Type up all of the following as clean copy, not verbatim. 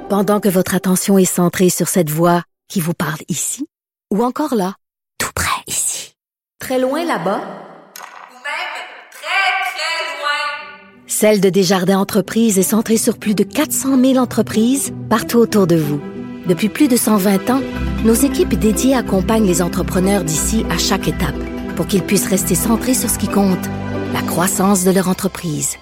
Pendant que votre attention est centrée sur cette voix qui vous parle ici, ou encore là, tout près ici, très loin là-bas, ou même très, très loin. Celle de Desjardins Entreprises est centrée sur plus de 400 000 entreprises partout autour de vous. Depuis plus de 120 ans, nos équipes dédiées accompagnent les entrepreneurs d'ici à chaque étape pour qu'ils puissent rester centrés sur ce qui compte, la croissance de leur entreprise.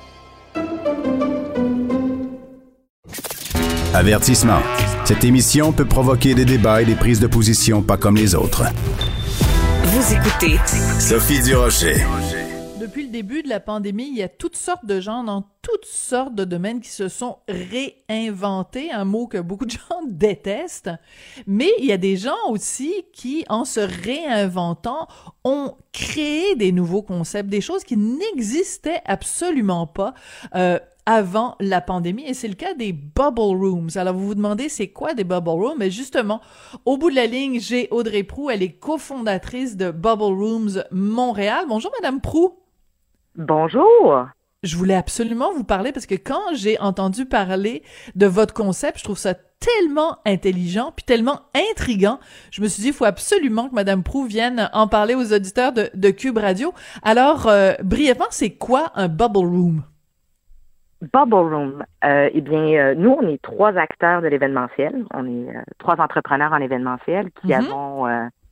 Avertissement. Cette émission peut provoquer des débats et des prises de position pas comme les autres. Vous écoutez Sophie Durocher. Depuis le début de la pandémie, il y a toutes sortes de gens dans toutes sortes de domaines qui se sont réinventés, un mot que beaucoup de gens détestent, mais il y a des gens aussi qui, en se réinventant, ont créé des nouveaux concepts, des choses qui n'existaient absolument pas avant la pandémie, et c'est le cas des bubble rooms. Alors, vous vous demandez, c'est quoi des bubble rooms? Mais justement, au bout de la ligne, j'ai Audrey Proulx, elle est cofondatrice de Bubble Rooms Montréal. Bonjour, Madame Proulx. Bonjour. Je voulais absolument vous parler parce que quand j'ai entendu parler de votre concept, je trouve ça tellement intelligent puis tellement intriguant. Je me suis dit, il faut absolument que Madame Proulx vienne en parler aux auditeurs de Cube Radio. Alors, brièvement, c'est quoi un bubble room? Bubble Room. Nous, on est 3 acteurs de l'événementiel. On est 3 entrepreneurs en événementiel qui avons,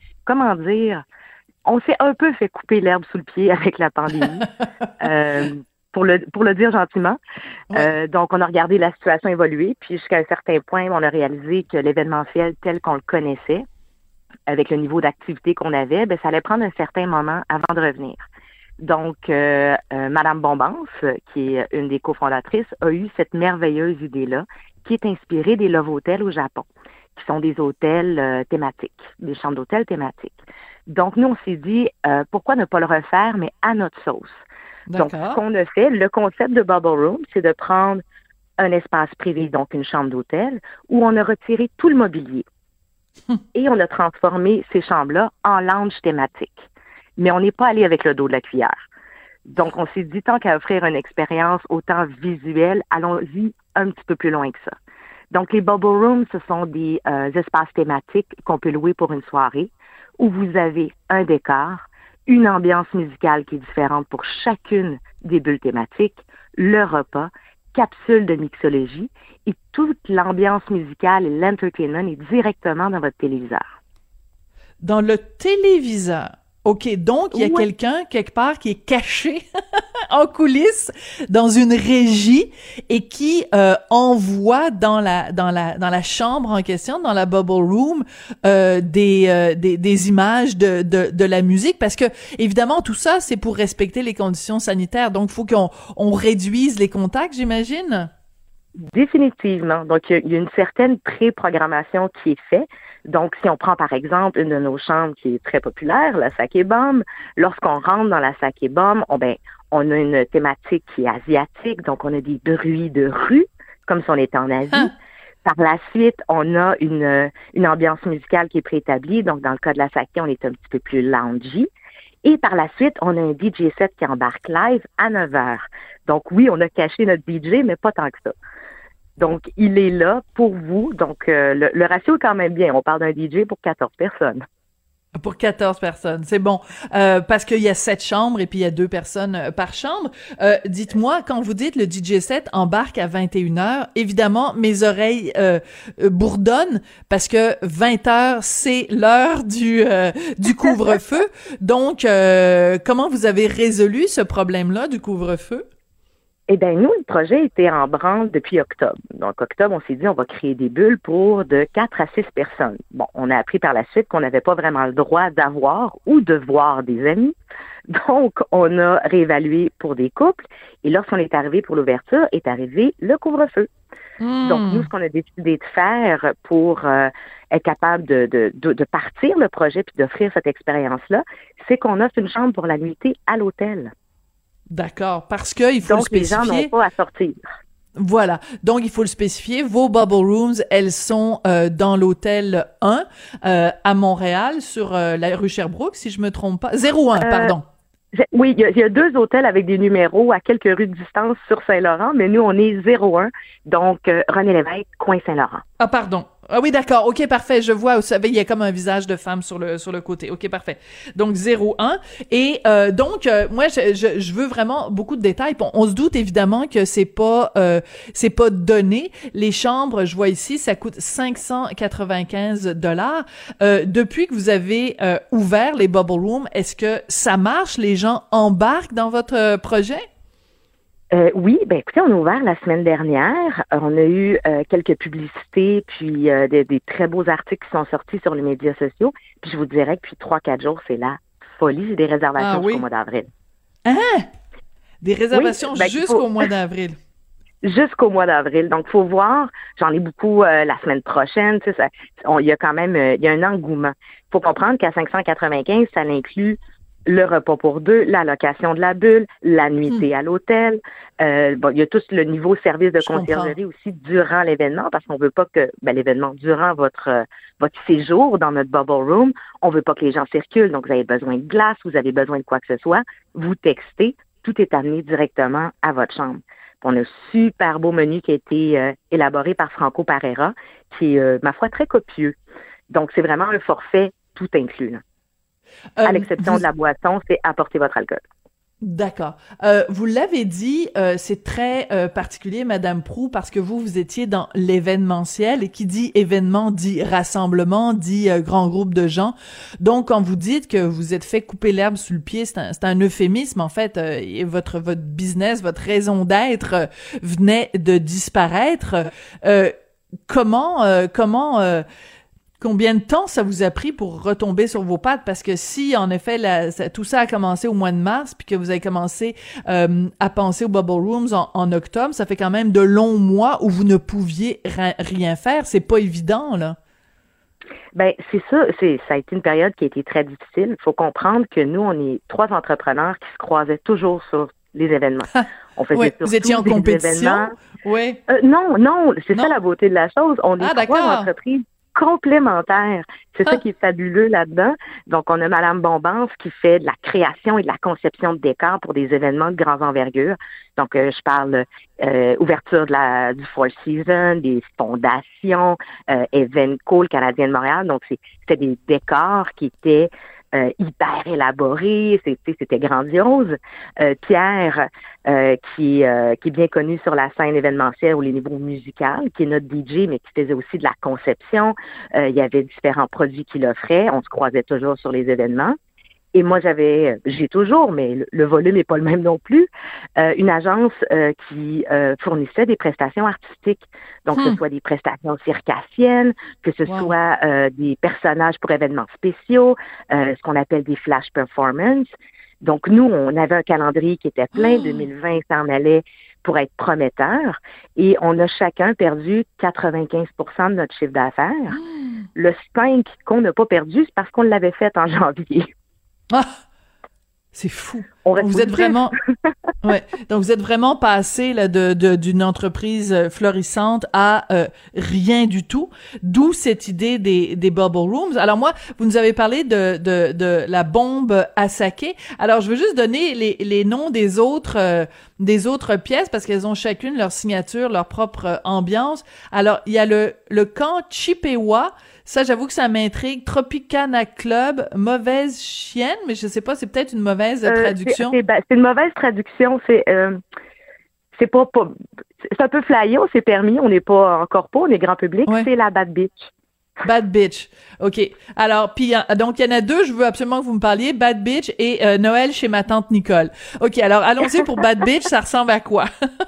on s'est un peu fait couper l'herbe sous le pied avec la pandémie, pour le dire gentiment. Ouais. Donc, on a regardé la situation évoluer, puis jusqu'à un certain point, on a réalisé que l'événementiel tel qu'on le connaissait, avec le niveau d'activité qu'on avait, ça allait prendre un certain moment avant de revenir. Donc, Madame Bombance, qui est une des cofondatrices, a eu cette merveilleuse idée-là, qui est inspirée des Love Hotels au Japon, qui sont des hôtels thématiques, des chambres d'hôtel thématiques. Donc, nous, on s'est dit, pourquoi ne pas le refaire, mais à notre sauce. D'accord. Donc, ce qu'on a fait, le concept de Bubble Room, c'est de prendre un espace privé, donc une chambre d'hôtel, où on a retiré tout le mobilier. Et on a transformé ces chambres-là en lounge thématiques. Mais on n'est pas allé avec le dos de la cuillère. Donc, on s'est dit, tant qu'à offrir une expérience autant visuelle, allons-y un petit peu plus loin que ça. Donc, les Bubble Rooms, ce sont des espaces thématiques qu'on peut louer pour une soirée où vous avez un décor, une ambiance musicale qui est différente pour chacune des bulles thématiques, le repas, capsule de mixologie et toute l'ambiance musicale et l'entertainment est directement dans votre téléviseur. Dans le téléviseur? OK, donc il y a quelqu'un quelque part qui est caché en coulisses dans une régie et qui envoie dans la chambre en question, dans la bubble room, des images de la musique, parce que évidemment tout ça c'est pour respecter les conditions sanitaires, donc il faut qu'on réduise les contacts, j'imagine. Définitivement. Donc, il y a une certaine pré-programmation qui est faite. Donc, si on prend par exemple une de nos chambres qui est très populaire, la Sake Bomb, lorsqu'on rentre dans la Sake Bomb, on a une thématique qui est asiatique, donc on a des bruits de rue, comme si on était en Asie. Par la suite, on a une ambiance musicale qui est préétablie, donc dans le cas de la Sake, on est un petit peu plus loungy. Et par la suite, on a un DJ set qui embarque live à 9h. Donc oui, on a caché notre DJ, mais pas tant que ça. Donc, il est là pour vous. Donc, le ratio est quand même bien. On parle d'un DJ pour 14 personnes. Pour 14 personnes, c'est bon. Parce qu'il y a 7 chambres et puis il y a 2 personnes par chambre. Dites-moi, quand vous dites le DJ set embarque à 21h, évidemment, mes oreilles bourdonnent parce que 20h, c'est l'heure du couvre-feu. Donc, comment vous avez résolu ce problème-là du couvre-feu? Eh bien, nous, le projet était en branle depuis octobre. Donc, octobre, on s'est dit, on va créer des bulles pour de 4 à 6 personnes. Bon, on a appris par la suite qu'on n'avait pas vraiment le droit d'avoir ou de voir des amis. Donc, on a réévalué pour des couples. Et lorsqu'on est arrivé pour l'ouverture, est arrivé le couvre-feu. Donc, nous, ce qu'on a décidé de faire pour être capable de partir le projet puis d'offrir cette expérience-là, c'est qu'on offre une chambre pour la nuitée à l'hôtel. D'accord, parce que il faut le spécifier. Donc, les gens n'ont pas à sortir. Voilà. Donc, il faut le spécifier. Vos Bubble Rooms, elles sont dans l'hôtel 1 à Montréal, sur la rue Sherbrooke, si je me trompe pas. 01, pardon. Oui, il y a 2 hôtels avec des numéros à quelques rues de distance sur Saint-Laurent, mais nous, on est 01, donc René Lévesque, coin Saint-Laurent. Ah, pardon. Ah oui, d'accord. OK, parfait. Je vois, vous savez, il y a comme un visage de femme sur le côté. OK, parfait. Donc, 01. Et donc, moi, je veux vraiment beaucoup de détails. On se doute évidemment que c'est pas donné. Les chambres, je vois ici, ça coûte 595 $. Depuis que vous avez ouvert les Bubble Rooms, est-ce que ça marche? Les gens embarquent dans votre projet? Oui, ben écoutez, on a ouvert la semaine dernière. On a eu quelques publicités, puis des très beaux articles qui sont sortis sur les médias sociaux. Puis je vous dirais que depuis 3-4 jours, c'est la folie. C'est des réservations jusqu'au mois d'avril. Hein? Des réservations oui, jusqu'au mois d'avril? Jusqu'au mois d'avril. Donc, faut voir. J'en ai beaucoup la semaine prochaine. Tu sais, il y a quand même il y a un engouement. Il faut comprendre qu'à 595, ça inclut le repas pour 2, la location de la bulle, la nuitée à l'hôtel. Il y a tout le niveau service de conciergerie aussi durant l'événement, parce qu'on veut pas que l'événement, durant votre séjour dans notre bubble room, on veut pas que les gens circulent. Donc, vous avez besoin de glace, vous avez besoin de quoi que ce soit, vous textez, tout est amené directement à votre chambre. Puis on a un super beau menu qui a été élaboré par Franco Parera, qui est, ma foi, très copieux. Donc, c'est vraiment un forfait tout inclus, là. À l'exception de la boisson, c'est apporter votre alcool. D'accord. Vous l'avez dit, c'est très particulier, Madame Proulx, parce que vous étiez dans l'événementiel, et qui dit événement dit rassemblement, dit grand groupe de gens. Donc, quand vous dites que vous êtes fait couper l'herbe sous le pied, c'est un euphémisme, en fait. Votre business, votre raison d'être venait de disparaître. Combien de temps ça vous a pris pour retomber sur vos pattes? Parce que si, en effet, tout ça a commencé au mois de mars, puis que vous avez commencé à penser aux Bubble Rooms en octobre, ça fait quand même de longs mois où vous ne pouviez rien faire. C'est pas évident, là. Ben, c'est ça. Ça a été une période qui a été très difficile. Il faut comprendre que nous, on est 3 entrepreneurs qui se croisaient toujours sur les événements. On faisait vous étiez en compétition? Oui. Non, c'est ça la beauté de la chose. On est 3 entreprises complémentaires. C'est ça qui est fabuleux là-dedans. Donc, on a Madame Bombance qui fait de la création et de la conception de décors pour des événements de grande envergure. Donc, je parle ouverture du Four Seasons, des fondations, Evenco, le Canadien de Montréal. Donc, c'était des décors qui étaient hyper élaboré, c'était grandiose. Pierre, qui est bien connu sur la scène événementielle ou les niveaux musicaux, qui est notre DJ, mais qui faisait aussi de la conception. Il y avait différents produits qu'il offrait. On se croisait toujours sur les événements. Et moi, j'ai toujours, mais le volume n'est pas le même non plus, une agence qui fournissait des prestations artistiques. Donc, que ce soit des prestations circassiennes, que ce soit des personnages pour événements spéciaux, ce qu'on appelle des flash performances. Donc, nous, on avait un calendrier qui était plein. 2020 s'en allait pour être prometteur. Et on a chacun perdu 95% de notre chiffre d'affaires. Le 5 qu'on n'a pas perdu, c'est parce qu'on l'avait fait en janvier. Ah, c'est fou. Vous êtes vraiment, donc vous êtes vraiment passé là d'une entreprise florissante à rien du tout. D'où cette idée des Bubble Rooms. Alors moi, vous nous avez parlé de la bombe à saké. Alors je veux juste donner les noms des autres pièces parce qu'elles ont chacune leur signature, leur propre ambiance. Alors il y a le camp Chippewa. Ça, j'avoue que ça m'intrigue. Tropicana Club, mauvaise chienne, mais je sais pas, c'est peut-être une mauvaise traduction. C'est une mauvaise traduction. C'est pas c'est un peu flyé, c'est permis. On n'est pas en corpo, on est grand public. Ouais. C'est la Bad Bitch. Bad Bitch. OK. Alors, puis donc il y en a 2, je veux absolument que vous me parliez, Bad Bitch et Noël chez ma tante Nicole. OK, alors allons-y pour Bad Bitch, ça ressemble à quoi?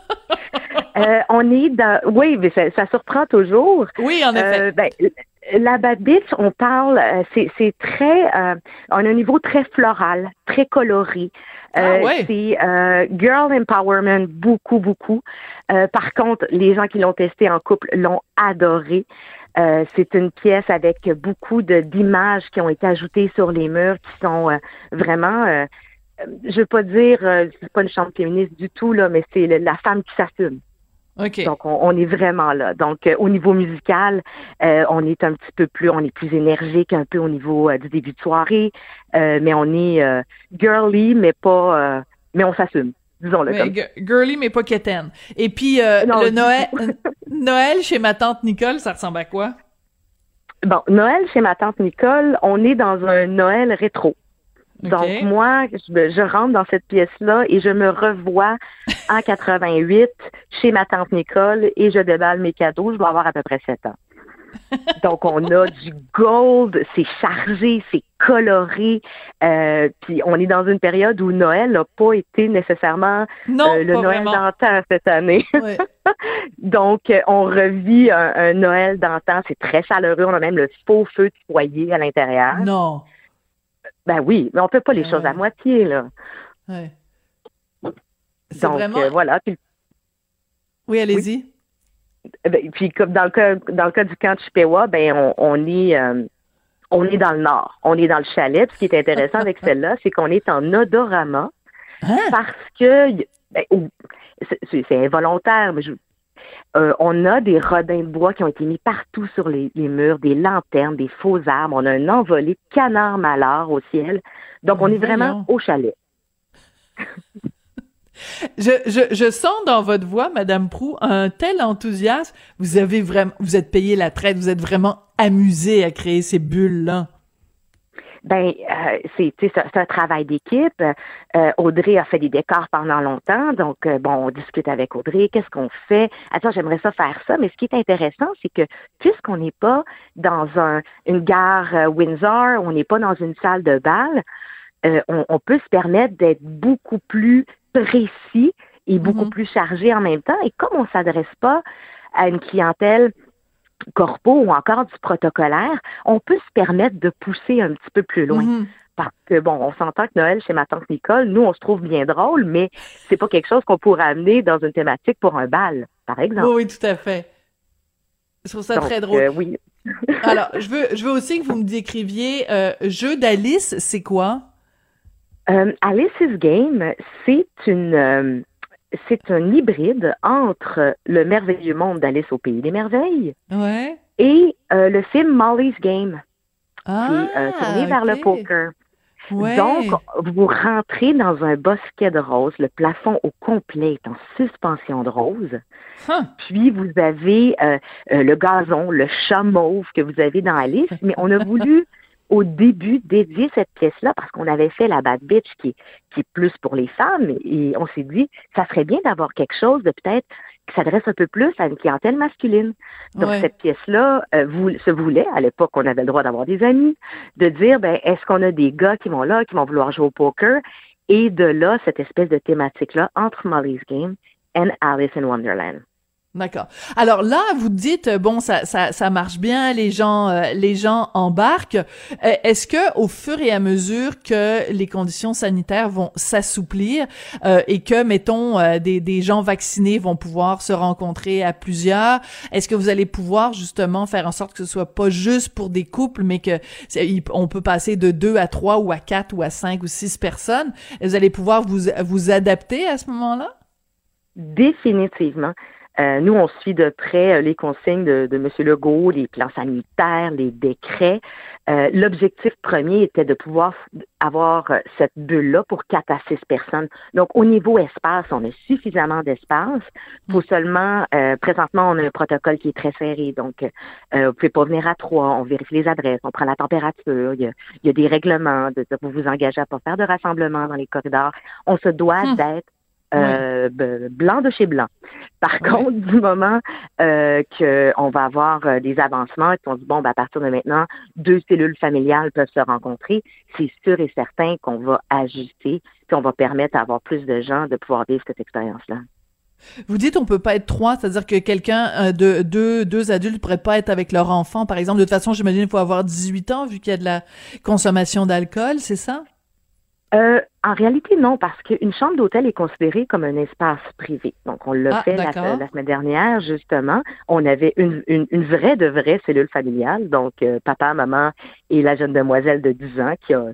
On est dans... Oui, mais ça surprend toujours. Oui, en effet. La Bad Bitch, on parle, c'est très... on a un niveau très floral, très coloré. Ouais. C'est girl empowerment, beaucoup, beaucoup. Par contre, les gens qui l'ont testé en couple l'ont adoré. C'est une pièce avec beaucoup d'images qui ont été ajoutées sur les murs qui sont vraiment... je veux pas dire, c'est pas une chambre féministe du tout, là, mais c'est la femme qui s'assume. OK. Donc, on est vraiment là. Donc, au niveau musical, on est on est plus énergique un peu au niveau du début de soirée, mais on est girly, mais pas, mais on s'assume. Disons-le Mais comme girly, mais pas quétaine. Et puis, non, le Noël chez ma tante Nicole, ça ressemble à quoi? Bon, Noël chez ma tante Nicole, on est dans un Noël rétro. Donc, OK. moi, je rentre dans cette pièce-là et je me revois en 88 chez ma tante Nicole et je déballe mes cadeaux. Je dois avoir à peu près 7 ans. Donc, on a du gold, c'est chargé, c'est coloré. Puis, on est dans une période où Noël n'a pas été nécessairement Non, le pas Noël vraiment. d'antan cette année. Ouais. Donc, on revit un Noël d'antan. C'est très chaleureux. On a même le faux feu de foyer à l'intérieur. Non. Ben oui, mais on fait pas les choses à Ouais. moitié, là. Ouais. C'est Donc, vraiment... voilà. Puis, Oui, allez-y. puis comme dans le cas du camp de Chippewa, ben on est dans le nord. On est dans le chalet. Puis ce qui est intéressant avec celle-là, c'est qu'on est en odorama Hein? parce que c'est involontaire, mais on a des rodins de bois qui ont été mis partout sur les murs, des lanternes, des faux arbres. On a un envolé canard-malard au ciel. Donc, on est vraiment Voyons. au chalet. Je sens dans votre voix, Madame Proulx, un tel enthousiasme. Vous êtes payé la traite, vous êtes vraiment amusé à créer ces bulles-là. Ben, c'est un travail d'équipe. Audrey a fait des décors pendant longtemps, donc on discute avec Audrey. Qu'est-ce qu'on fait? Attends, j'aimerais ça faire ça. Mais ce qui est intéressant, c'est que puisqu'on n'est pas dans une gare Windsor, on n'est pas dans une salle de bal, on peut se permettre d'être beaucoup plus précis et beaucoup plus chargé en même temps. Et comme on s'adresse pas à une clientèle corpo ou encore du protocolaire, on peut se permettre de pousser un petit peu plus loin. Parce que, on s'entend que Noël chez ma tante Nicole, nous, on se trouve bien drôle, mais c'est pas quelque chose qu'on pourrait amener dans une thématique pour un bal, par exemple. Oui, tout à fait. Je trouve ça Donc, très drôle. Oui. Alors, je veux aussi que vous me décriviez Jeu d'Alice, c'est quoi? Alice's Game, c'est un hybride entre le merveilleux monde d'Alice au Pays des Merveilles Ouais. et le film Molly's Game, qui Ah, est tourné vers le ok. poker. Ouais. Donc, vous rentrez dans un bosquet de roses, le plafond au complet est en suspension de roses. Huh. Puis, vous avez le gazon, le chat mauve que vous avez dans Alice, mais on a voulu au début dédier cette pièce-là parce qu'on avait fait la Bad Bitch qui est plus pour les femmes et on s'est dit, ça serait bien d'avoir quelque chose de peut-être qui s'adresse un peu plus à une clientèle masculine. Donc, Ouais. cette pièce-là se voulait, à l'époque, on avait le droit d'avoir des amis, de dire, est-ce qu'on a des gars qui vont là, qui vont vouloir jouer au poker? Et de là, cette espèce de thématique-là entre Molly's Game and Alice in Wonderland. D'accord. Alors là, vous dites bon, ça marche bien, les gens embarquent. Est-ce que au fur et à mesure que les conditions sanitaires vont s'assouplir et que mettons des gens vaccinés vont pouvoir se rencontrer à plusieurs, est-ce que vous allez pouvoir justement faire en sorte que ce soit pas juste pour des couples, mais que on peut passer de 2 à 3 ou à 4 ou à 5 ou 6 personnes? Vous allez pouvoir vous adapter à ce moment-là? Définitivement. Nous, on suit de près les consignes de M. Legault, les plans sanitaires, les décrets. L'objectif premier était de pouvoir avoir cette bulle-là pour 4 à 6 personnes. Donc, au niveau espace, on a suffisamment d'espace. Il faut seulement, présentement, on a un protocole qui est très serré. Donc, vous pouvez pas venir à 3, on vérifie les adresses, on prend la température, il y a des règlements, vous vous engagez à pas faire de rassemblement dans les corridors. On se doit d'être blanc de chez blanc. Par contre, du moment qu'on va avoir des avancements et qu'on dit, à partir de maintenant, 2 cellules familiales peuvent se rencontrer, c'est sûr et certain qu'on va ajuster puis on va permettre à avoir plus de gens de pouvoir vivre cette expérience-là. Vous dites on peut pas être 3, c'est-à-dire que quelqu'un de deux adultes pourrait pas être avec leur enfant, par exemple. De toute façon, j'imagine qu'il faut avoir 18 ans vu qu'il y a de la consommation d'alcool, c'est ça? En réalité, non, parce qu'une chambre d'hôtel est considérée comme un espace privé. Donc, on l'a fait la semaine dernière, justement. On avait une vraie cellule familiale. Donc, papa, maman et la jeune demoiselle de 10 ans qui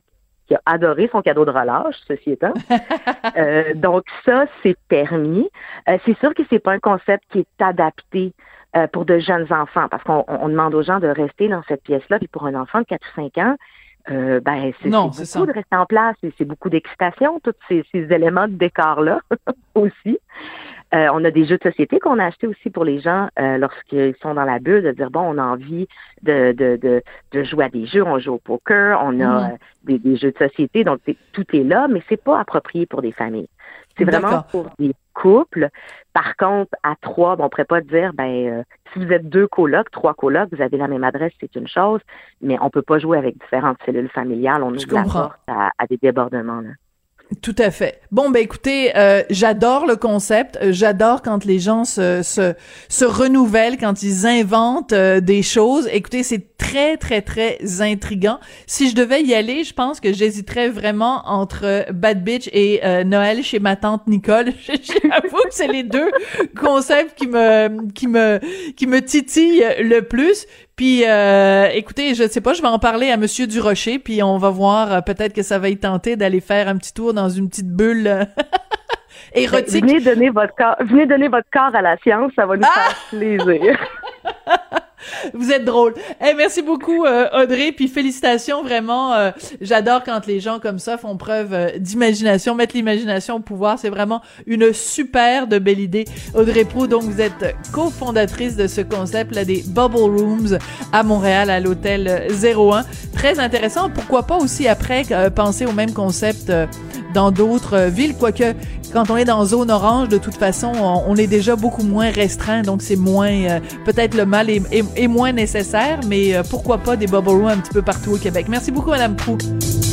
qui a adoré son cadeau de relâche, ceci étant. Donc ça, c'est permis. C'est sûr que c'est pas un concept qui est adapté pour de jeunes enfants, parce qu'on demande aux gens de rester dans cette pièce-là, puis pour un enfant de 4 ou 5 ans, c'est beaucoup de rester en place, c'est beaucoup d'excitation, tous ces éléments de décor-là aussi. On a des jeux de société qu'on a achetés aussi pour les gens lorsqu'ils sont dans la bulle, de dire, bon, on a envie de jouer à des jeux, on joue au poker, on a des jeux de société, donc tout est là, mais c'est pas approprié pour des familles. C'est vraiment pour des couples. Par contre, à 3, on pourrait pas dire, si vous êtes 2 colocs, 3 colocs, vous avez la même adresse, c'est une chose, mais on peut pas jouer avec différentes cellules familiales. On ouvre la porte à des débordements, là. Tout à fait. Bon, écoutez, j'adore le concept. J'adore quand les gens se renouvellent, quand ils inventent des choses. Écoutez, c'est très, très, très intriguant. Si je devais y aller, je pense que j'hésiterais vraiment entre Bad Bitch et Noël chez ma tante Nicole. J'avoue que c'est les deux concepts qui me titillent le plus. Puis, écoutez, je sais pas, je vais en parler à Monsieur Durocher, puis on va voir, peut-être que ça va y tenter d'aller faire un petit tour dans une petite bulle érotique. Venez donner votre corps à la science, ça va nous faire plaisir. Vous êtes drôle. Merci beaucoup, Audrey, puis félicitations, vraiment. J'adore quand les gens comme ça font preuve d'imagination, mettent l'imagination au pouvoir. C'est vraiment une super de belle idée. Audrey Proulx, donc vous êtes cofondatrice de ce concept-là des Bubble Rooms à Montréal, à l'hôtel 01. Très intéressant. Pourquoi pas aussi après penser au même concept dans d'autres villes, quoique quand on est dans zone orange, de toute façon, on est déjà beaucoup moins restreint, donc c'est moins, peut-être le mal est moins nécessaire, mais pourquoi pas des bubble rooms un petit peu partout au Québec. Merci beaucoup, Madame Proulx.